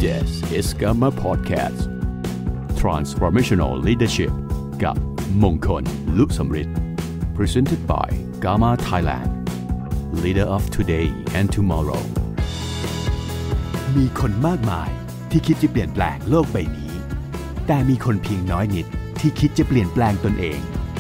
This is Gamma Podcast Transformational Leadership กับมงคล ลุสำริด Presented by Gamma Thailand Leader of Today and Tomorrow มีคนมากมายที่คิดจะเปลี่ยนแปลงโลกใบนี้แต่มีคนเพียงน้อยนิดที่คิดจะเปลี่ยนแปลงตนเอง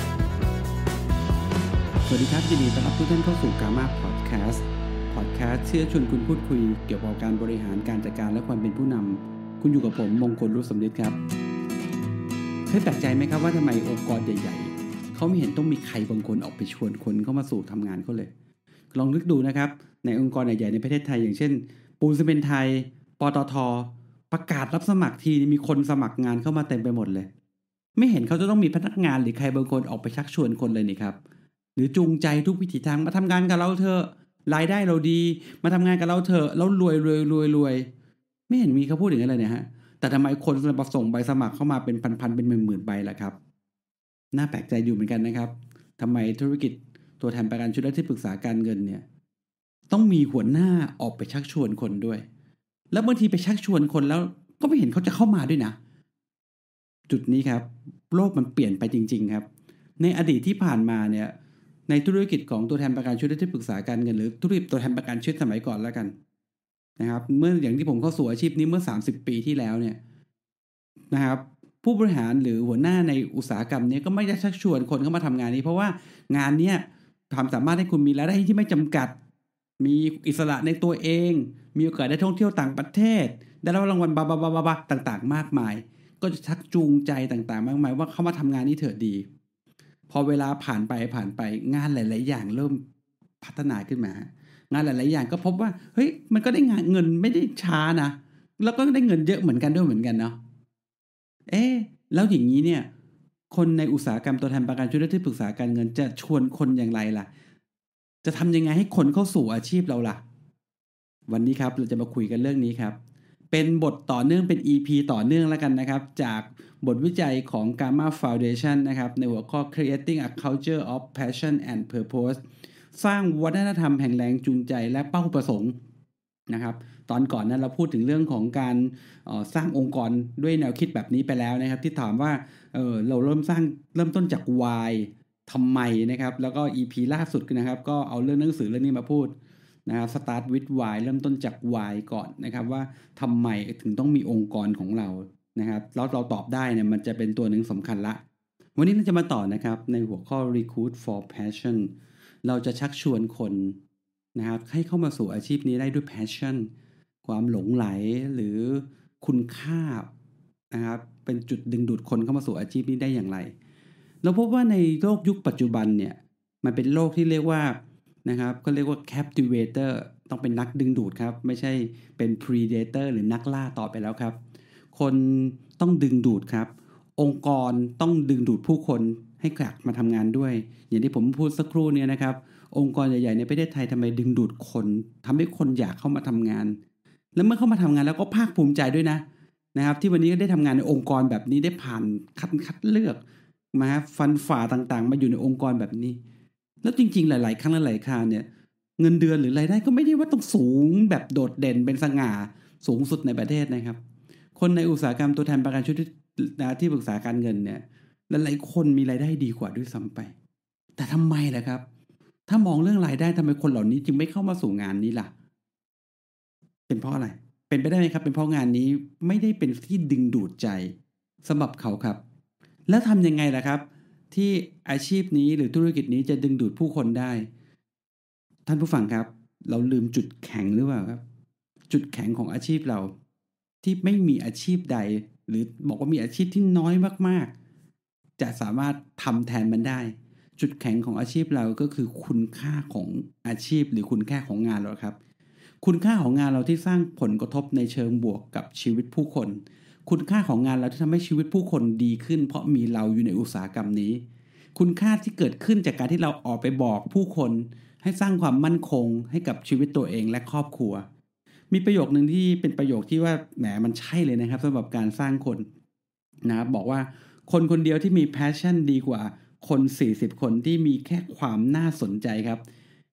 สวัสดีครับยินดีต้อนรับทุกท่านเข้าสู่ Gamma Podcast เชื่อชวนคุณพูดคุยเกี่ยวกับการบริหารการจัดการและความเป็นผู้นำคุณอยู่กับผมมงคล ลุสำริดครับเคยแปลกใจไหมครับว่าทำไมองค์กรใหญ่ๆเขาไม่เห็นต้องมีใครบางคนออกไปชวนคนเข้ามาสู่ทำงานเขาเลยลองนึกดูนะครับในองค์กรใหญ่ๆในประเทศไทยอย่างเช่นปูนซีเมนต์ไทยปตท.ประกาศรับสมัครทีมีคนสมัครงานเข้ามาเต็มไปหมดเลยไม่เห็นเขาจะต้องมีพนักงานหรือใครบางคนออกไปชักชวนคนเลยนี่ครับหรือจูงใจทุกวิถีทางมาทำงานกับเราเถอะรายได้เราดีมาทำงานกับเราเถอะแล้วรวยไม่เห็นมีเขาพูดอย่างนั้นเลยเนี่ยฮะแต่ทำไมคนมาส่งใบสมัครเข้ามาเป็นพันๆเป็นหมื่นๆใบล่ะครับน่าแปลกใจอยู่เหมือนกันนะครับทำไมธุรกิจตัวแทนประกันชีวิตและที่ปรึกษาการเงินเนี่ยต้องมีหัวหน้าออกไปชักชวนคนด้วยแล้วบางทีไปชักชวนคนแล้วก็ไม่เห็นเขาจะเข้ามาด้วยนะจุดนี้ครับโลกมันเปลี่ยนไปจริงๆครับในอดีตที่ผ่านมาเนี่ยในธุรกิจของตัวแทนประกันชีวิตและที่ปรึกษาการเงินหรือธุรกิจตัวแทนประกันชีวิตสมัยก่อนแล้วกันนะครับเมื่ออย่างที่ผมเข้าสู่อาชีพนี้เมื่อ30ปีที่แล้วเนี่ยนะครับผู้บริหารหรือหัวหน้าในอุตสาหกรรมนี้ก็ไม่ได้ชักชวนคนเข้ามาทำงานนี้เพราะว่างานเนี้ยความสามารถให้คุณมีรายได้ที่ไม่จำกัดมีอิสระในตัวเองมีโอกาสได้ท่องเที่ยวต่างประเทศได้รับรางวัลบาต่างๆมากมายก็จะชักจูงใจต่างๆมากมายว่าเข้ามาทำงานนี้เถิดดีพอเวลาผ่านไปงานหลายๆอย่างเริ่มพัฒนาขึ้นมางานหลายๆอย่างก็พบว่าเฮ้ยมันก็ได้งานเงินไม่ได้ช้านะแล้วก็ได้เงินเยอะเหมือนกันด้วยเหมือนกันเนาะแล้วอย่างนี้เนี่ยคนในอุตสาหกรรมตัวแทนประกันชีวิตและที่ปรึกษาการเงินจะชวนคนอย่างไรล่ะจะทำยังไงให้คนเข้าสู่อาชีพเราล่ะวันนี้ครับเราจะมาคุยกันเรื่องนี้ครับเป็นบทต่อเนื่องเป็น EP ต่อเนื่องแล้วกันนะครับจากบทวิจัยของ Gamma Foundation นะครับในหัวข้อ Creating a Culture of Passion and Purpose สร้างวัฒนธรรมแห่งแรงจูงใจและเป้าประสงค์นะครับตอนก่อนนั้นเราพูดถึงเรื่องของการสร้างองค์กรด้วยแนวคิดแบบนี้ไปแล้วนะครับที่ถามว่าเราเริ่มต้นจาก Why ทำไมนะครับแล้วก็ EP ล่าสุดนะครับก็เอาเรื่องหนังสือเรื่องนี้มาพูดนะครับ Start with Why เริ่มต้นจาก Why ก่อนนะครับว่าทำไมถึงต้องมีองค์กรของเรานะครับแล้วเราตอบได้เนี่ยมันจะเป็นตัวหนึ่งสำคัญละวันนี้เราจะมาต่อนะครับในหัวข้อ Recruit for Passion เราจะชักชวนคนนะครับให้เข้ามาสู่อาชีพนี้ได้ด้วย Passion ความหลงไหลหรือคุณค่านะครับเป็นจุดดึงดูดคนเข้ามาสู่อาชีพนี้ได้อย่างไรเราพบว่าในโลกยุคปัจจุบันเนี่ยมันเป็นโลกที่เรียกว่านะครับก็เรียกว่า captivator ต้องเป็นนักดึงดูดครับไม่ใช่เป็น predator หรือนักล่าต่อไปแล้วครับคนต้องดึงดูดครับองค์กรต้องดึงดูดผู้คนให้กลับมาทำงานด้วยอย่างที่ผมพูดสักครู่นี้นะครับองค์กรใหญ่ๆในประเทศไทยทำไมดึงดูดคนทำให้คนอยากเข้ามาทำงานแล้วเมื่อเข้ามาทำงานแล้วก็ภาคภูมิใจด้วยนะครับที่วันนี้ก็ได้ทำงานในองค์กรแบบนี้ได้ผ่านคัดเลือกมาฟันฝ่าต่างๆมาอยู่ในองค์กรแบบนี้แล้วจริงๆหลายๆครั้งหลายๆคราวเนี่ยเงินเดือนหรือรายได้ก็ไม่ได้ว่าต้องสูงแบบโดดเด่นเป็นสง่าสูงสุดในประเทศนะครับคนในอุตสาหกรรมตัวแทนประกันชีวิตที่ปรึกษาการเงินเนี่ยหลายๆคนมีรายได้ดีกว่าด้วยซ้ำไปแต่ทำไมล่ะครับถ้ามองเรื่องรายได้ทำไมคนเหล่านี้จึงไม่เข้ามาสู่งานนี้ล่ะเป็นเพราะอะไรเป็นไปได้ไหมครับเป็นเพราะงานนี้ไม่ได้เป็นที่ดึงดูดใจสำหรับเขาครับแล้วทำยังไงล่ะครับที่อาชีพนี้หรือธุรกิจนี้จะดึงดูดผู้คนได้ท่านผู้ฟังครับเราลืมจุดแข็งหรือเปล่าครับจุดแข็งของอาชีพเราที่ไม่มีอาชีพใดหรือบอกว่ามีอาชีพที่น้อยมากๆจะสามารถทำแทนมันได้จุดแข็งของอาชีพเราก็คือคุณค่าของอาชีพหรือคุณค่าของงานเราครับคุณค่าของงานเราที่สร้างผลกระทบในเชิงบวกกับชีวิตผู้คนคุณค่าของงานเราที่ทำให้ชีวิตผู้คนดีขึ้นเพราะมีเราอยู่ในอุตสาหกรรมนี้คุณค่าที่เกิดขึ้นจากการที่เราออกไปบอกผู้คนให้สร้างความมั่นคงให้กับชีวิตตัวเองและครอบครัวมีประโยคนึงที่เป็นประโยคที่ว่าแหมมันใช่เลยนะครับสำหรับการสร้างคนนะครับบอกว่าคนคนเดียวที่มี passion ดีกว่าคน40คนที่มีแค่ความน่าสนใจครับ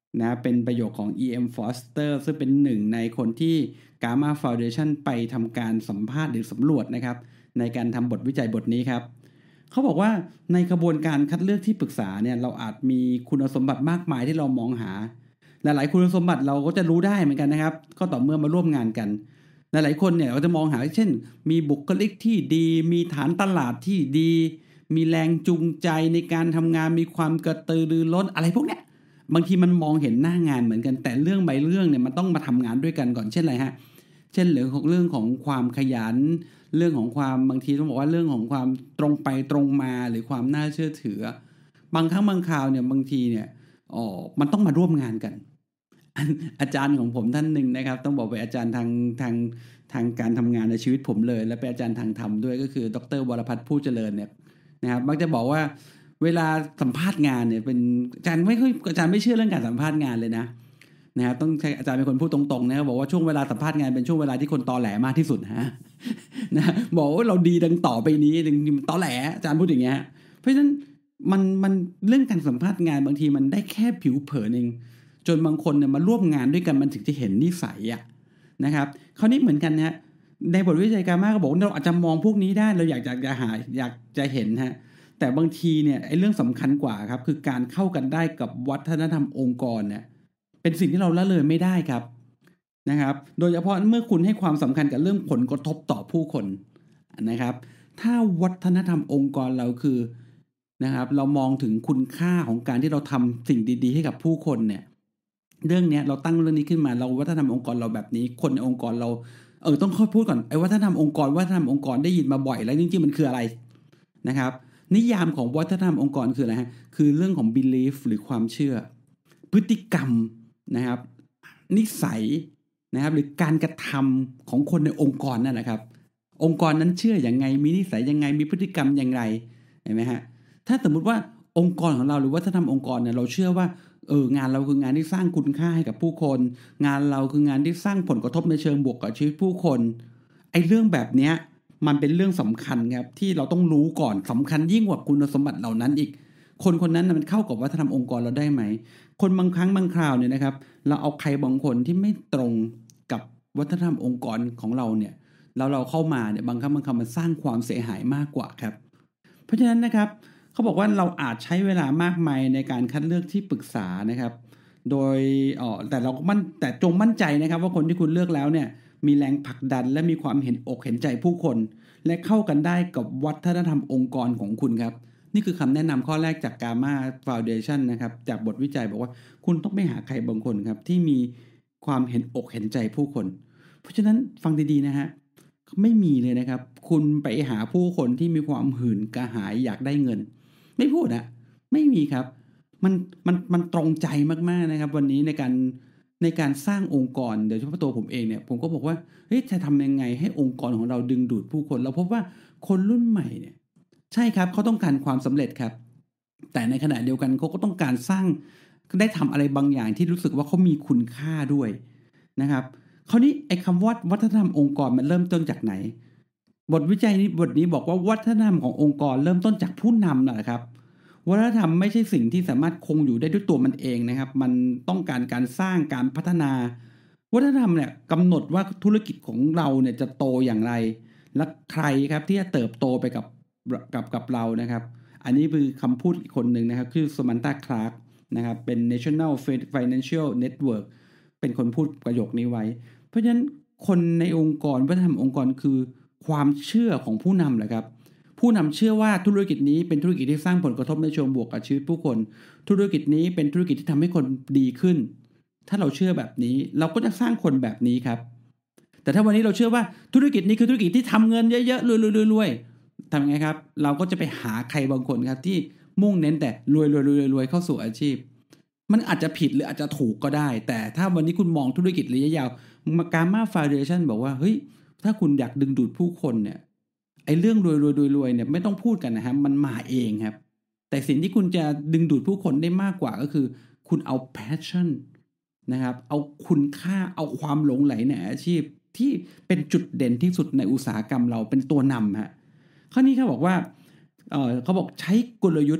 นะเป็นประโยคของ E.M. Forster ซึ่งเป็นหนึ่งในคนที่ Gamma Foundation ไปทำการสัมภาษณ์หรือสำรวจนะครับในการทำบทวิจัยบทนี้ครับเขาบอกว่าในกระบวนการคัดเลือกที่ปรึกษาเนี่ยเราอาจมีคุณสมบัติมากมายที่เรามองหาหลายๆคุณสมบัติเราก็จะรู้ได้เหมือนกันนะครับก็ต่อเมื่อมาร่วมงานกันหลายๆคนเนี่ยเราจะมองหาเช่นมีบุคลิกที่ดีมีฐานตลาดที่ดีมีแรงจูงใจในการทำงานมีความกระตือรือร้นอะไรพวกเนี้ยบางทีมันมองเห็นหน้างานเหมือนกันแต่เรื่องใบเรื่องเนี่ยมันต้องมาทำงานด้วยกันก่อนเช่นอะไรฮะเช่นเรื่องของความขยันเรื่องของความบางทีต้องบอกว่าเรื่องของความตรงไปตรงมาหรือความน่าเชื่อถือบางครั้งบางคราวเนี่ยบางทีเนี่ยมันต้องมาร่วมงานกันอาจารย์ของผมท่านหนึ่งนะครับต้องบอกเป็นอาจารย์ทางการทำงานในชีวิตผมเลยและเป็นอาจารย์ทางธรรมด้วยก็คือดร.วรพัฒน์ผู้เจริญเนี่ยนะครับมักจะบอกว่าเวลาสัมภาษณ์งานเนี่ยเป็นอาจารย์ไม่เชื่อเรื่องการสัมภาษณ์งานเลยนะครับต้องใช้อาจารย์เป็นคนพูดตรงๆนะครับบอกว่าช่วงเวลาสัมภาษณ์งานเป็นช่วงเวลาที่คนตอแหลมากที่สุดนะบอกว่าเราดีดังต่อไปนี้ตอแหลอาจารย์พูดอย่างเงี้ยเพราะฉะนั้นมันเรื่องการสัมภาษณ์งานบางทีมันได้แค่ผิวเผินเองจนบางคนเนี่ยมาร่วมงานด้วยกันมันถึงจะเห็นนิสัยนะครับคราวนี้เหมือนกันนะในบทวิจัยGammaก็บอกเราอาจจะมองพวกนี้ได้เราอยากจะเห็นแต่บางทีเนี่ยไอ้เรื่องสำคัญกว่าครับคือการเข้ากันได้กับวัฒนธรรมองค์กรเนี่ยเป็นสิ่งที่เราละเลยไม่ได้ครับนะครับโดยเฉพาะเมื่อคุณให้ความสำคัญกับเรื่องผลกระทบต่อผู้คนนะครับถ้าวัฒนธรรมองค์กรเราคือนะครับเรามองถึงคุณค่าของการที่เราทำสิ่งดีๆให้กับผู้คนเนี่ยเรื่องนี้เราตั้งเรื่องนี้ขึ้นมาเราวัฒนธรรมองค์กรเราแบบนี้คนในองค์กรเราต้องค่อยพูดก่อนไอ้วัฒนธรรมองค์กรได้ยินมาบ่อยแล้วจริงๆมันคืออะไรนะครับนิยามของวัฒนธรรมองค์กรคืออะไรฮะคือเรื่องของ belief หรือความเชื่อพฤติกรรมนะครับนิสัยนะครับหรือการกระทำของคนในองค์กรนั่นแหละครับองค์กรนั้นเชื่ออย่างไงมีนิสัยยังไงมีพฤติกรรมอย่างไรเห็นไหมฮะถ้าสมมุติว่าองค์กรของเราหรือวัฒนธรรมองค์กรเนี่ยเราเชื่อว่างานเราคืองานที่สร้างคุณค่าให้กับผู้คนงานเราคืองานที่สร้างผลกระทบในเชิงบวกกับชีวิตผู้คนไอ้เรื่องแบบเนี้ยมันเป็นเรื่องสำคัญครับที่เราต้องรู้ก่อนสำคัญยิ่งกว่าคุณสมบัติเหล่านั้นอีกคนนั้นมันเข้ากับวัฒนธรรมองค์กรเราได้ไหมคนบางครั้งบางคราวเนี่ยนะครับเราเอาใครบางคนที่ไม่ตรงกับวัฒนธรรมองค์กรของเราเนี่ยแล้วเราเข้ามาเนี่ยบางครั้งมันสร้างความเสียหายมากกว่าครับเพราะฉะนั้นนะครับเขาบอกว่าเราอาจใช้เวลามากมายในการคัดเลือกที่ปรึกษานะครับโดยแต่เราก็แต่จงมั่นใจนะครับว่าคนที่คุณเลือกแล้วเนี่ยมีแรงผลักดันและมีความเห็นอกเห็นใจผู้คนและเข้ากันได้กับวัฒนธรรมองค์กรของคุณครับนี่คือคำแนะนำข้อแรกจาก Gamma Foundation นะครับจากบทวิจัยบอกว่าคุณต้องไปหาใครบางคนครับที่มีความเห็นอกเห็นใจผู้คนเพราะฉะนั้นฟังดีๆนะฮะไม่มีเลยนะครับคุณไปหาผู้คนที่มีความหื่นกระหายอยากได้เงินไม่พูดไม่มีครับมันตรงใจมากๆนะครับวันนี้ในการสร้างองค์กรโดยเฉพาะตัวผมเองเนี่ยผมก็บอกว่าเฮ้ยจะทำยังไงให้องค์กรของเราดึงดูดผู้คนเราพบว่าคนรุ่นใหม่เนี่ยใช่ครับเขาต้องการความสำเร็จครับแต่ในขณะเดียวกันเขาก็ต้องการสร้างได้ทำอะไรบางอย่างที่รู้สึกว่าเขามีคุณค่าด้วยนะครับคราวนี้ไอ้คำว่าวัฒนธรรมองค์กรมันเริ่มต้นจากไหนบทวิจัยบทนี้บอกว่าวัฒนธรรมขององค์กรเริ่มต้นจากผู้นำนะครับวัฒนธรรมไม่ใช่สิ่งที่สามารถคงอยู่ได้ด้วยตัวมันเองนะครับมันต้องการสร้างการพัฒนาวัฒนธรรมเนี่ยกำหนดว่าธุรกิจของเราเนี่ยจะโตอย่างไรและใครครับที่จะเติบโตไปกับเรานะครับอันนี้คือคำพูดอีกคนหนึ่งนะครับคือสมันตาคลาร์กนะครับเป็น National Financial Network เป็นคนพูดประโยคนี้ไว้เพราะฉะนั้นคนในองค์กรวัฒนธรรมองค์กรคือความเชื่อของผู้นำแหละครับผู้นำเชื่อว่าธุรกิจนี้เป็นธุรกิจที่สร้างผลกระทบในเชิงบวกกับชีวิตผู้คนธุรกิจนี้เป็นธุรกิจที่ทำให้คนดีขึ้นถ้าเราเชื่อแบบนี้เราก็จะสร้างคนแบบนี้ครับแต่ถ้าวันนี้เราเชื่อว่าธุรกิจนี้คือธุรกิจที่ทำเงินเยอะๆรวยทำไงครับเราก็จะไปหาใครบางคนครับที่มุ่งเน้นแต่รวยเข้าสู่อาชีพมันอาจจะผิดหรืออาจจะถูกก็ได้แต่ถ้าวันนี้คุณมองธุรกิจระยะยาว Gamma Foundation บอกว่าเฮ้ยถ้าคุณอยากดึงดูดผู้คนเนี่ยไอ้เรื่องรวยเนี่ยไม่ต้องพูดกันนะครับมันมาเองครับแต่สิ่งที่คุณจะดึงดูดผู้คนได้มากกว่าก็คือคุณเอา passion นะครับเอาคุณค่าเอาความหลงใหลในอาชีพที่เป็นจุดเด่นที่สุดในอุตสาหกรรมเราเป็นตัวนำฮะข้อนี้เขาบอกว่าเขาบอกใช้กลยุทธ์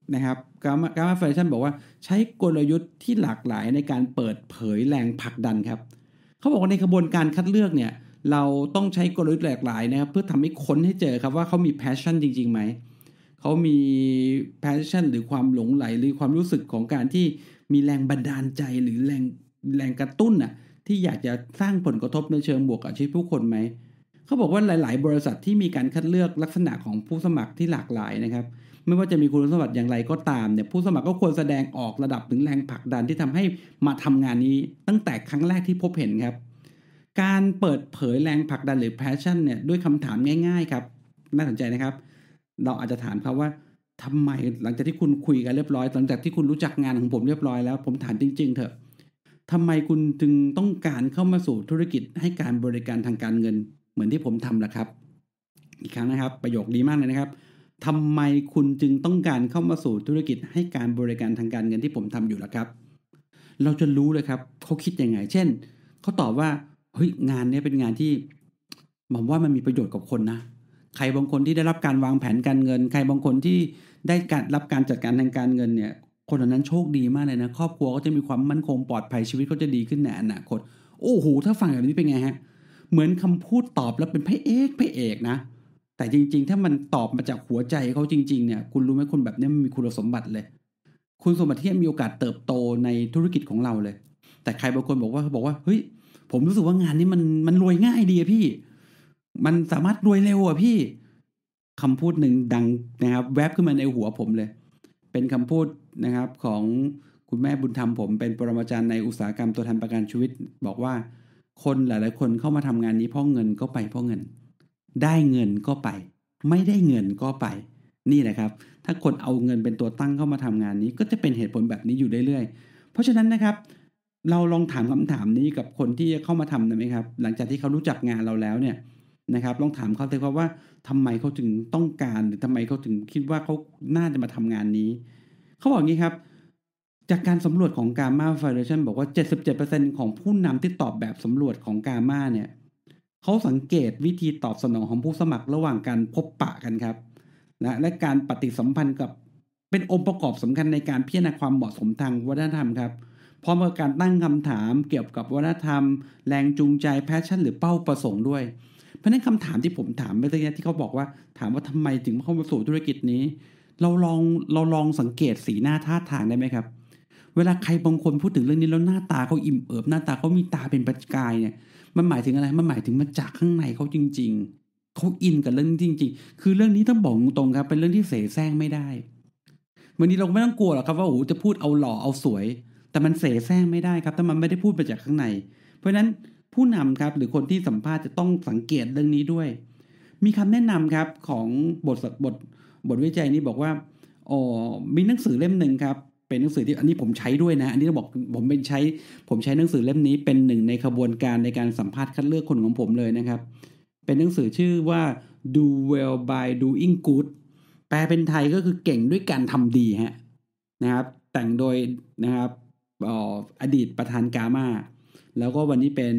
นะครับGamma Foundation บอกว่าใช้กลยุทธ์ที่หลากหลายในการเปิดเผยแรงผลักดันครับเขาบอกว่าในกระบวนการคัดเลือกเนี่ยเราต้องใช้กลยุทธ์หลากหลายนะครับเพื่อทำให้ค้นให้เจอครับว่าเขามี passion จริงๆไหมเขามี passion หรือความหลงใหลหรือความรู้สึกของการที่มีแรงบันดาลใจหรือแรงกระตุ้นน่ะที่อยากจะสร้างผลกระทบในเชิงบวกกับชีวิตผู้คนไหมเขาบอกว่าหลายๆบริษัทที่มีการคัดเลือกลักษณะของผู้สมัครที่หลากหลายนะครับไม่ว่าจะมีคุณสมบัติอย่างไรก็ตามเนี่ยผู้สมัครก็ควรแสดงออกระดับถึงแรงผลักดันที่ทำให้มาทำงานนี้ตั้งแต่ครั้งแรกที่พบเห็นครับการเปิดเผยแรงผลักดันหรือ passion เนี่ยด้วยคำถามง่ายๆครับน่าสนใจนะครับเราอาจจะถามเขาว่าทำไมหลังจากที่คุณคุยกันเรียบร้อยหลังจากที่คุณรู้จักงานของผมเรียบร้อยแล้วผมถามจริงๆเถอะทำไมคุณจึงต้องการเข้ามาสู่ธุรกิจให้การบริการทางการเงินเหมือนที่ผมทำล่ะครับอีกครั้งนะครับประโยคดีมากเลยนะครับทำไมคุณจึงต้องการเข้ามาสู่ธุรกิจให้การบริการทางการเงินที่ผมทำอยู่ล่ะครับเราจะรู้เลยครับเขาคิดยังไงเช่นเขาตอบว่าเฮ้ยงานนี้เป็นงานที่ผมว่ามันมีประโยชน์กับคนนะใครบางคนที่ได้รับการวางแผนการเงินใครบางคนที่ได้การรับการจัดการทางการเงินเนี่ยคนเหล่านั้นโชคดีมากเลยนะครอบครัวก็จะมีความมั่นคงปลอดภัยชีวิตก็จะดีขึ้นในอนาคตโอ้โหถ้าฟังแบบนี้เป็นไงฮะเหมือนคำพูดตอบแล้วเป็นพระเอกนะแต่จริงๆถ้ามันตอบมาจากหัวใจเขาจริงๆเนี่ยคุณรู้ไหมคนแบบนี้มันมีคุณสมบัติเลยคุณสมบัติที่มีโอกาสเติบโตในธุรกิจของเราเลยแต่ใครบางคนบอกว่าเฮ้ยผมรู้สึกว่างานนี้มันรวยง่ายดีอะพี่มันสามารถรวยเร็วอะพี่คำพูดหนึ่งดังนะครับแวบขึ้นมาในหัวผมเลยเป็นคำพูดนะครับของคุณแม่บุญธรรมผมเป็นปรมาจารย์ในอุตสาหกรรมตัวแทนประกันชีวิตบอกว่าคนหลายๆคนเข้ามาทำงานนี้เพราะเงินก็ไปเพราะเงินได้เงินก็ไปไม่ได้เงินก็ไปนี่แหละครับถ้าคนเอาเงินเป็นตัวตั้งเข้ามาทำงานนี้ก็จะเป็นเหตุผลแบบนี้อยู่เรื่อยๆเพราะฉะนั้นนะครับเราลองถามคำถามนี้กับคนที่จะเข้ามาทำได้ไหมครับหลังจากที่เขารู้จักงานเราแล้วเนี่ยนะครับลองถามเขาเลยครับว่าทำไมเขาถึงต้องการหรือทำไมเขาถึงคิดว่าเขาน่าจะมาทำงานนี้เขาบอกงี้ครับจากการสำรวจของ Gamma Foundation บอกว่า 77% ของผู้นำที่ตอบแบบสำรวจของ Gamma เนี่ยเขาสังเกตวิธีตอบสนองของผู้สมัครระหว่างการพบปะกันครับและการปฏิสัมพันธ์กับเป็นองค์ประกอบสำคัญในการพิจารณาความเหมาะสมทางวัฒนธรรมครับพร้อมกับการตั้งคำถามเกี่ยวกับวัฒนธรรมแรงจูงใจแพชชั่นหรือเป้าประสงค์ด้วยเพราะฉะนั้นคำถามที่ผมถามเมื่อกี้ที่เขาบอกว่าถามว่าทำไมถึงเข้ามาสู่ธุรกิจนี้เราลองสังเกตสีหน้าท่าทางได้ไหมครับเวลาใครบางคนพูดถึงเรื่องนี้แล้วหน้าตาเขาอิ่มเอิบหน้าตาเขามีตาเป็นประกายเนี่ยมันหมายถึงอะไรมันหมายถึงมาจากข้างในเขาจริงๆเขาอินกับเรื่องจริงๆคือเรื่องนี้ต้องบอกตรงๆครับเป็นเรื่องที่เสแสร้งไม่ได้วันนี้เราไม่ต้องกลัวหรอกครับว่าโอ้โหจะพูดเอาหล่อเอาสวยแต่มันเสแสร้งไม่ได้ครับถ้ามันไม่ได้พูดมาจากข้างในเพราะฉะนั้นผู้นำครับหรือคนที่สัมภาษณ์จะต้องสังเกตเรื่องนี้ด้วยมีคำแนะนำครับของบทวิจัยนี้บอกว่ามีหนังสือเล่มหนึ่งครับเป็นหนังสือที่อันนี้ผมใช้ด้วยนะอันนี้ต้องบอกผมใช้หนังสือเล่มนี้เป็นหนึ่งในขบวนการในการสัมภาษณ์คัดเลือกคนของผมเลยนะครับเป็นหนังสือชื่อว่า Do Well by Doing Good แปลเป็นไทยก็คือเก่งด้วยการทำดีฮะนะครับแต่งโดยนะครับอดีตประธานกามาแล้วก็วันนี้เป็น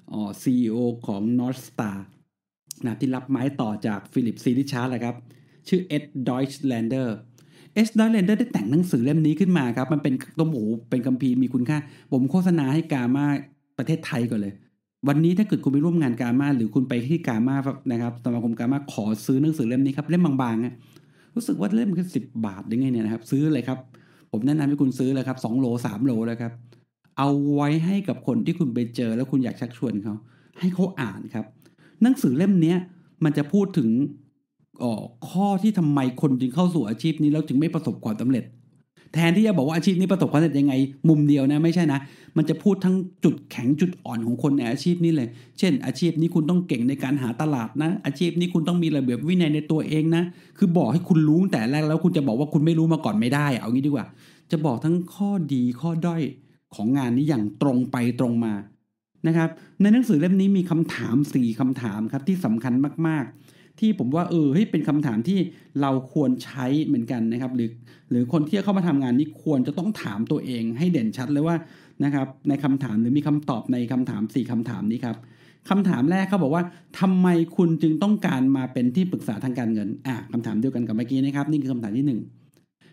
CEO ของ North Star นะที่รับไม้ต่อจากฟิลิปซีริชาร์ดแหละครับชื่อเอ็ดดอยช์แลนเดอร์ได้แต่งหนังสือเล่มนี้ขึ้นมาครับมันเป็นต้มหูเป็นคัมภีร์มีคุณค่าผมโฆษณาให้กามาประเทศไทยก่อนเลยวันนี้ถ้าเกิดคุณไปร่วมงานกามาหรือคุณไปที่กามานะครับสมาคมกามาขอซื้อหนังสือเล่มนี้ครับเล่มบางๆรู้สึกว่าเล่มแค่10 บาทยังไงเนี่ยนะครับซื้อเลยครับผมแนะนำให้คุณซื้อเลยครับ2 โล 3 โลเลยครับเอาไว้ให้กับคนที่คุณไปเจอแล้วคุณอยากชักชวนเขาให้เขาอ่านครับหนังสือเล่มนี้มันจะพูดถึงข้อที่ทำไมคนจึงเข้าสู่อาชีพนี้แล้วจึงไม่ประสบความสำเร็จแทนที่จะบอกว่าอาชีพนี้ประสบความสำเร็จยังไงมุมเดียวนะไม่ใช่นะมันจะพูดทั้งจุดแข็งจุดอ่อนของคนในอาชีพนี้เลยเช่นอาชีพนี้คุณต้องเก่งในการหาตลาดนะอาชีพนี้คุณต้องมีระเบียบวินัยในตัวเองนะคือบอกให้คุณรู้แต่แรกแล้วคุณจะบอกว่าคุณไม่รู้มาก่อนไม่ได้เอางี้ดีกว่าจะบอกทั้งข้อดีข้อด้อยของงานนี้อย่างตรงไปตรงมานะครับในหนังสือเล่มนี้มีคำถาม4คำถามครับที่สำคัญมากๆที่ผมว่าเป็นคำถามที่เราควรใช้เหมือนกันนะครับหรือคนที่เข้ามาทำงานนี้ควรจะต้องถามตัวเองให้เด่นชัดเลยว่านะครับในคำถามหรือมีคำตอบในคำถาม4คำถามนี้ครับคำถามแรกเขาบอกว่าทำไมคุณจึงต้องการมาเป็นที่ปรึกษาทางการเงินคำถามเดียวกันกับเมื่อกี้นะครับนี่คือคำถามที่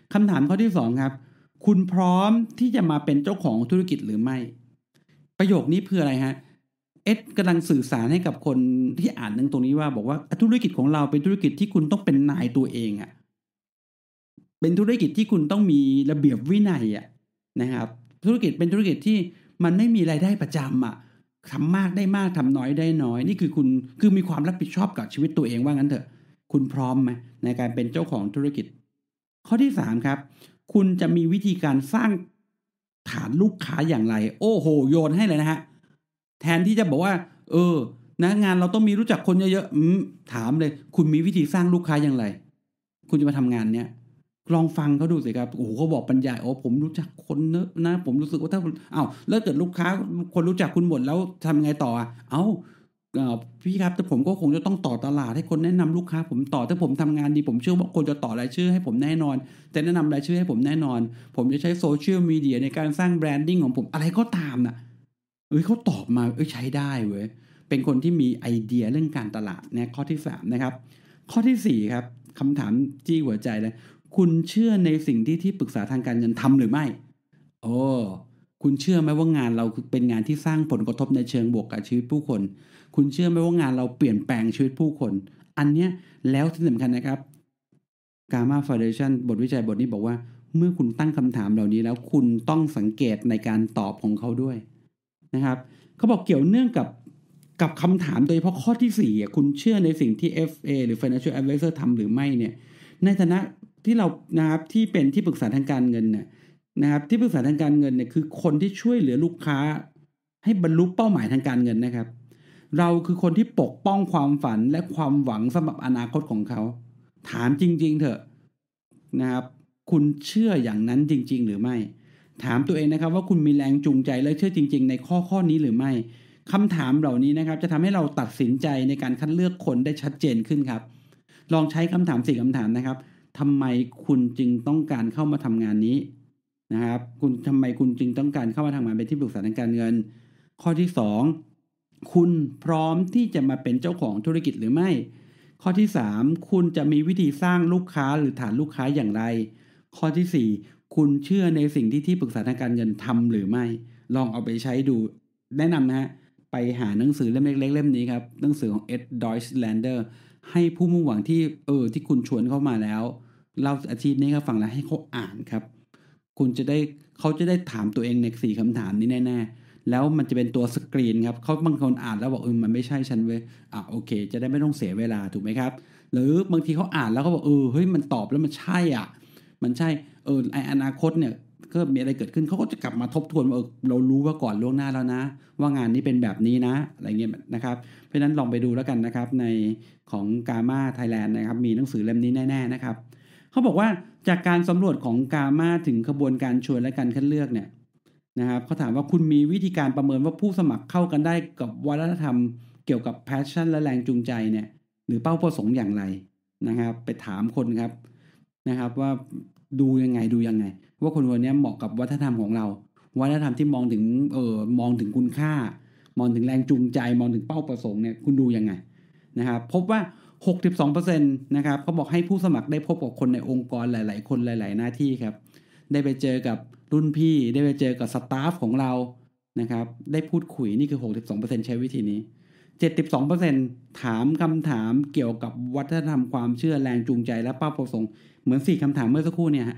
คำถามข้อที่2ครับคุณพร้อมที่จะมาเป็นเจ้าของธุรกิจหรือไม่ประโยคนี้คืออะไรฮะกำลังสื่อสารให้กับคนที่อ่านตรงนี้ว่าบอกว่าธุรกิจของเราเป็นธุรกิจที่คุณต้องเป็นนายตัวเองเป็นธุรกิจที่คุณต้องมีระเบียบวินัยนะครับธุรกิจเป็นธุรกิจที่มันไม่มีรายได้ประจำทำมากได้มากทำน้อยได้น้อยนี่คือคุณคือมีความรับผิดชอบกับชีวิตตัวเองว่างั้นเถอะคุณพร้อมไหมในการเป็นเจ้าของธุรกิจข้อที่3ครับคุณจะมีวิธีการสร้างฐานลูกค้าอย่างไรโอ้โหโยนให้เลยนะฮะแทนที่จะบอกว่านะงานเราต้องมีรู้จักคนเยอะๆถามเลยคุณมีวิธีสร้างลูกค้าอย่างไรคุณจะมาทำงานเนี้ยลองฟังเขาดูสิครับโอ้โหเขาบอกบรรยายผมรู้จักคนเนอะนะผมรู้สึกว่าถ้าแล้วเกิดลูกค้าคนรู้จักคุณหมดแล้วทำไงต่อพี่ครับแต่ผมก็คงจะต้องต่อตลาดให้คนแนะนำลูกค้าผมต่อถ้าผมทำงานดีผมเชื่อว่าคนจะต่อรายชื่อให้ผมแน่นอนจะแนะนำรายชื่อให้ผมแน่นอนผมจะใช้โซเชียลมีเดียในการสร้างแบรนดิ้งของผมอะไรก็ตามเขาตอบมาใช้ได้เว้ยเป็นคนที่มีไอเดียเรื่องการตลาดเนี่ยข้อที่3นะครับข้อที่4ครับคำถามจี้หัวใจเลยคุณเชื่อในสิ่งที่ปรึกษาทางการเงินทำหรือไม่คุณเชื่อไหมว่างานเราเป็นงานที่สร้างผลกระทบในเชิงบวกกับชีวิตผู้คนคุณเชื่อไหมว่างานเราเปลี่ยนแปลงชีวิตผู้คนอันเนี้ยแล้วที่สำคัญนะครับ Gamma Foundation บทวิจัยบทนี้บอกว่าเมื่อคุณตั้งคำถามเหล่านี้แล้วคุณต้องสังเกตในการตอบของเขาด้วยนะครับเขาบอกเกี่ยวเนื่องกับคำถามโดยเฉพาะข้อที่4คุณเชื่อในสิ่งที่ FA หรือ Financial Advisor ทำหรือไม่เนี่ยในฐานะที่เรานะครับที่เป็นที่ปรึกษาทางการเงินเนี่ยนะครับที่ปรึกษาทางการเงินเนี่ยคือคนที่ช่วยเหลือลูกค้าให้บรรลุเป้าหมายทางการเงินนะครับเราคือคนที่ปกป้องความฝันและความหวังสำหรับอนาคตของเขาถามจริงๆเถอะนะครับคุณเชื่ออย่างนั้นจริงๆหรือไม่ถามตัวเองนะครับว่าคุณมีแรงจูงใจและเชื่อจริงๆในข้อนี้หรือไม่คำถามเหล่านี้นะครับจะทำให้เราตัดสินใจในการคัดเลือกคนได้ชัดเจนขึ้นครับลองใช้คำถาม4คำถามนะครับทำไมคุณจึงต้องการเข้ามาทำงานนี้นะครับทำไมคุณจึงต้องการเข้ามาทำงานเป็นที่ปรึกษาทางการเงินข้อที่2คุณพร้อมที่จะมาเป็นเจ้าของธุรกิจหรือไม่ข้อที่3คุณจะมีวิธีสร้างลูกค้าหรือฐานลูกค้าอย่างไรข้อที่4คุณเชื่อในสิ่งที่ปรึกษาทางการเงินทำหรือไม่ลองเอาไปใช้ดูแนะนำนะฮะไปหาหนังสือเล่มเล็กๆเล่มนี้ครับหนังสือของเอ็ดดอยส์แลนเดอร์ให้ผู้มุ่งหวังที่คุณชวนเข้ามาแล้วเล่าอาชีพนี้เขาฟังแล้วให้เขาอ่านครับเขาจะได้ถามตัวเองใน4คำถามนี้แน่ๆแล้วมันจะเป็นตัวสกรีนครับเขาบางคนอ่านแล้วบอกมันไม่ใช่ฉันเว้ยโอเคจะได้ไม่ต้องเสียเวลาถูกไหมครับหรือบางทีเขาอ่านแล้วเขาบอกเฮ้ยมันตอบแล้วมันใช่มันใช่อนาคตเนี่ยก็มีอะไรเกิดขึ้นเขาก็จะกลับมาทบทวนว่าเรารู้ว่าก่อนล่วงหน้าแล้วนะว่างานนี้เป็นแบบนี้นะอะไรเงี้ยนะครับเพราะฉะนั้นลองไปดูแล้วกันนะครับในของ Gamma Thailand นะครับมีหนังสือเล่มนี้แน่ๆนะครับเขาบอกว่าจากการสำรวจของ Gamma ถึงกระบวนการชวนและการคัดเลือกเนี่ยนะครับเขาถามว่าคุณมีวิธีการประเมินว่าผู้สมัครเข้ากันได้กับวัฒนธรรมเกี่ยวกับ passion และแรงจูงใจเนี่ยหรือเป้าประสงค์อย่างไรนะครับไปถามคนครับนะครับว่าดูยังไงว่าคนนี้เหมาะกับวัฒนธรรมของเราวัฒนธรรมที่มองถึงคุณค่ามองถึงแรงจูงใจมองถึงเป้าประสงค์เนี่ยคุณดูยังไงนะครับพบว่า 62% นะครับเขาบอกให้ผู้สมัครได้พบกับคนในองค์กรหลายๆคนหลายๆหน้าที่ครับได้ไปเจอกับรุ่นพี่ได้ไปเจอกับสตาฟของเรานะครับได้พูดคุยนี่คือ 62% ใช้วิธีนี้ 72% ถามคำถามเกี่ยวกับวัฒนธรรมความเชื่อแรงจูงใจและเป้าประสงค์เหมือน4คำถามเมื่อสักครู่เนี่ยฮะ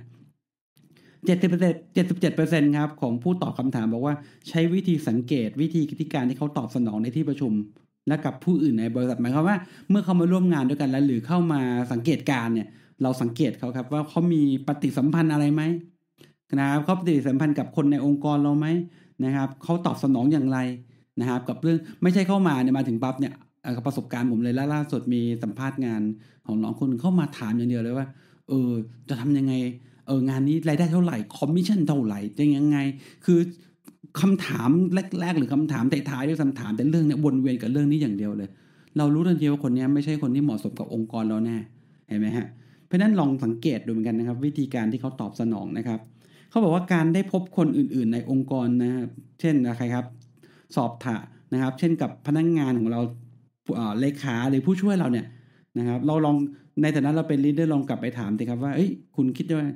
77% ครับของผู้ตอบคำถามบอกว่าใช้วิธีสังเกตวิธีการที่เขาตอบสนองในที่ประชุมและกับผู้อื่นในบริษัทหมายความว่าเมื่อเขามาร่วมงานด้วยกันแล้วหรือเข้ามาสังเกตการเนี่ยเราสังเกตเขาครับว่าเขามีปฏิสัมพันธ์อะไรไหมนะครับเขาปฏิสัมพันธ์กับคนในองค์กรเราไหมนะครับเขาตอบสนองอย่างไรนะครับกับเรื่องไม่ใช่เข้ามาเนี่ยมาถึงปั๊บเนี่ยประสบการณ์ผมเลยล่าสุดมีสัมภาษณ์งานของน้องคนนึงเข้ามาถามอย่างเดียวเลยว่าจะทำยังไงงานนี้รายได้เท่าไหร่คอมมิชชั่นเท่าไหร่จะยังไงคือคำถามแรกๆหรือคำถามท้ายๆด้วยคำถามแต่เรื่องเนี่ยวนเวียนกับเรื่องนี้อย่างเดียวเลยเรารู้ทันทีว่าคนนี้ไม่ใช่คนที่เหมาะสมกับองค์กรเราแน่เห็นไหมฮะเพราะฉะนั้นลองสังเกตดูเหมือนกันนะครับวิธีการที่เขาตอบสนองนะครับเขาบอกว่าการได้พบคนอื่นๆในองค์กรนะครับเช่นอะไรครับสอบถามนะครับเช่นกับพนักงานของเราเลขาหรือผู้ช่วยเราเนี่ยนะครับเราลองในฐานะเราเป็นลีดเดอร์ลองกลับไปถามสิครับว่าคุณคิดว่า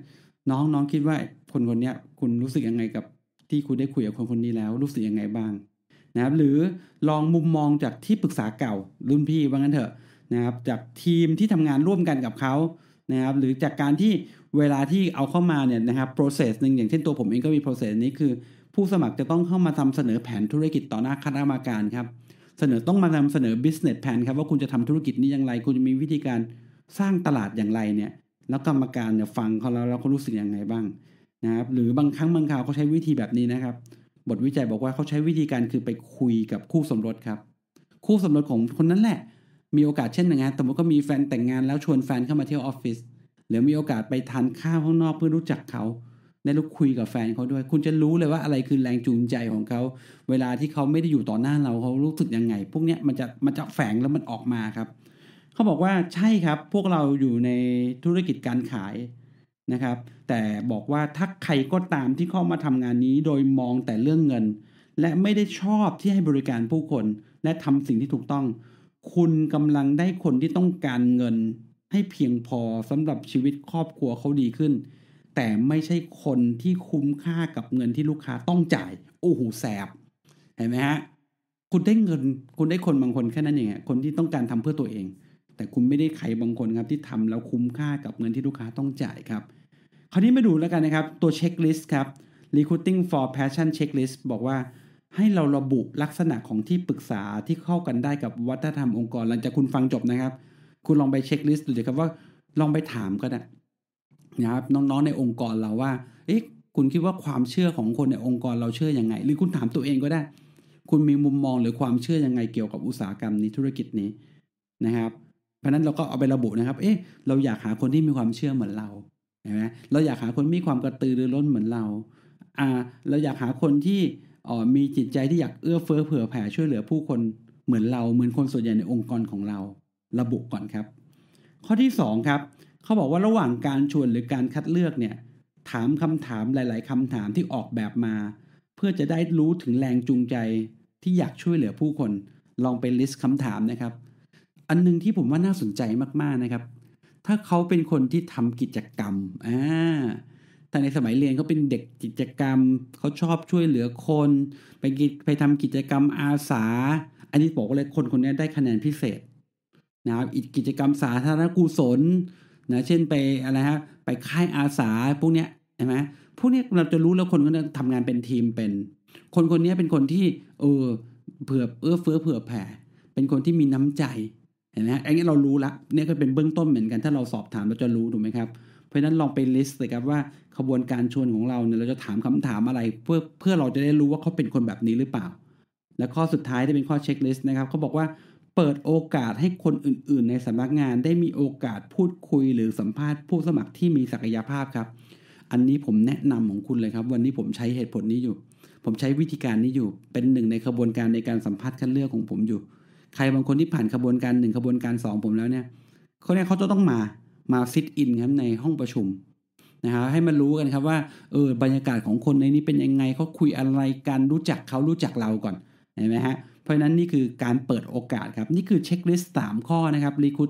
น้องคิดว่าคนคนนี้คุณรู้สึกยังไงกับที่คุณได้คุยกับคนคนนี้แล้วรู้สึกยังไงบ้างนะครับหรือลองมุมมองจากที่ปรึกษาเก่ารุ่นพี่ว่างั้นเถอะนะครับจากทีมที่ทำงานร่วมกันกับเขานะครับหรือจากการที่เวลาที่เอาเข้ามาเนี่ยนะครับ process นึงอย่างเช่นตัวผมเองก็มี process นี้คือผู้สมัครจะต้องเข้ามาทำเสนอแผนธุรกิจต่อหน้าคณะกรรมการครับต้องมานำเสนอ business plan ครับว่าคุณจะทำธุรกิจนี้อย่างไรคุณจะมีวิธีการสร้างตลาดอย่างไรเนี่ยแล้วกรรมการเนี่ยฟังเขาแล้วเขารู้สึกยังไงบ้างนะครับหรือบางครั้งบางคราวเขาใช้วิธีแบบนี้นะครับบทวิจัยบอกว่าเขาใช้วิธีการคือไปคุยกับคู่สมรสครับคู่สมรสของคนนั้นแหละมีโอกาสเช่นสมมติก็มีแฟนแต่งงานแล้วชวนแฟนเข้ามาเที่ยวออฟฟิศหรือมีโอกาสไปทานข้าวข้างนอกเพื่อรู้จักเขาได้รู้คุยกับแฟนเขาด้วยคุณจะรู้เลยว่าอะไรคือแรงจูงใจของเขาเวลาที่เขาไม่ได้อยู่ต่อหน้าเราเขารู้สึกยังไงพวกเนี้ยมันจะแฝงแล้วมันออกมาครับเขาบอกว่าใช่ครับพวกเราอยู่ในธุรกิจการขายนะครับแต่บอกว่าถ้าใครก็ตามที่เข้ามาทำงานนี้โดยมองแต่เรื่องเงินและไม่ได้ชอบที่ให้บริการผู้คนและทำสิ่งที่ถูกต้องคุณกำลังได้คนที่ต้องการเงินให้เพียงพอสำหรับชีวิตครอบครัวเขาดีขึ้นแต่ไม่ใช่คนที่คุ้มค่ากับเงินที่ลูกค้าต้องจ่ายโอ้โหแสบเห็นไหมฮะคุณได้เงินคุณได้คนบางคนแค่นั้นเองคนที่ต้องการทำเพื่อตัวเองแต่คุณไม่ได้ใครบางคนครับที่ทำแล้วคุ้มค่ากับเงินที่ลูกค้าต้องจ่ายครับคราวนี้มาดูแล้วกันนะครับตัวเช็คลิสต์ครับ Recruiting for Passion Checklist บอกว่าให้เราระบุลักษณะของที่ปรึกษาที่เข้ากันได้กับวัฒนธรรมองค์กรหลังจากคุณฟังจบนะครับคุณลองไปเช็คลิสต์ดูเลยครับว่าลองไปถามก็ได้นะครับน้องๆในองค์กรเราว่าคุณคิดว่าความเชื่อของคนในองค์กรเราเชื่อยังไงหรือคุณถามตัวเองก็ได้คุณมีมุมมองหรือความเชื่อยังไงเกี่ยวกับอุตสาหกรรมนี้ธุรกิจนี้นะครับเพราะนั้นเราก็เอาไประบุนะครับเราอยากหาคนที่มีความเชื่อเหมือนเราเห็นไหมเราอยากหาคนมีความกระตือรือร้นเหมือนเราเราอยากหาคนที่มีจิตใจที่อยากเอื้อเฟื้อเผื่อแผ่ช่วยเหลือผู้คนเหมือนเราเหมือนคนส่วนใหญ่ในองค์กรของเราระบุก่อนครับข้อที่2ครับเขาบอกว่าระหว่างการชวนหรือการคัดเลือกเนี่ยถามคำถามหลายๆคำถามที่ออกแบบมาเพื่อจะได้รู้ถึงแรงจูงใจที่อยากช่วยเหลือผู้คนลองไปลิสต์คำถามนะครับอันนึงที่ผมว่าน่าสนใจมากๆนะครับถ้าเขาเป็นคนที่ทำกิจกรรมแต่ในสมัยเรียนเขาเป็นเด็กกิจกรรมเขาชอบช่วยเหลือคนไปทำกิจกรรมอาสาอันนี้บอกเลยคนนี้ได้คะแนนพิเศษนะครับอีกกิจกรรมสาธารณกุศลนะเช่นไปอะไรฮะไปค่ายอาสาพวกเนี้ยใช่ไหมพวกเนี้ยเราจะรู้แล้วคนก็จะทำงานเป็นทีมเป็นคนนี้เป็นคนที่เอื้อเฟื้อเผื่อแผ่เป็นคนที่มีน้ำใจเห็นไหมอันนี้เรารู้ละเนี่ยก็เป็นเบื้องต้นเหมือนกันถ้าเราสอบถามเราจะรู้ถูกไหมครับเพราะฉะนั้นลองไปลิสต์เลยครับว่าขบวนการชวนของเราเนี่ยเราจะถามคำถามอะไรเพื่อเราจะได้รู้ว่าเขาเป็นคนแบบนี้หรือเปล่าและข้อสุดท้ายที่เป็นข้อเช็คลิสต์นะครับเขาบอกว่าเปิดโอกาสให้คนอื่นๆในสำนักงานได้มีโอกาสพูดคุยหรือสัมภาษณ์ผู้สมัครที่มีศักยภาพครับอันนี้ผมแนะนำของคุณเลยครับวันนี้ผมใช้เหตุผลนี้อยู่ผมใช้วิธีการนี้อยู่เป็นหนึ่งในขบวนการในการสัมภาษณ์คัดเลือกของผมอยู่ใครบางคนที่ผ่านขบวนการ1ขบวนการ2ผมแล้วเนี่ยเขาจะต้องมาซิทอินครับในห้องประชุมนะครับให้มันรู้กันครับว่าบรรยากาศของคนในนี้เป็นยังไงเขาคุยอะไรกันรู้จักเขารู้จักเราก่อนเห็นไหมฮะเพราะฉะนั้นนี่คือการเปิดโอกาสครับนี่คือเช็คลิสต์3ข้อนะครับ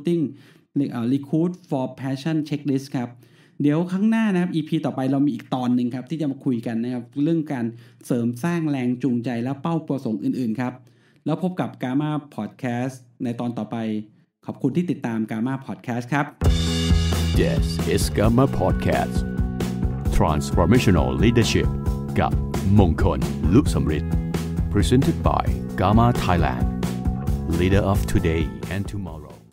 Recruit for Passion Checklist ครับเดี๋ยวข้างหน้านะครับ EP ต่อไปเรามีอีกตอนหนึ่งครับที่จะมาคุยกันนะครับเรื่องการเสริมสร้างแรงจูงใจและเป้าประสงค์อื่นๆครับแล้วพบกับ Gamma Podcast ในตอนต่อไปขอบคุณที่ติดตาม Gamma Podcast ครับ This is Gamma Podcast Transformational Leadership กับมงคล ลุสำริด Presented by Gamma Thailand Leader of Today and Tomorrow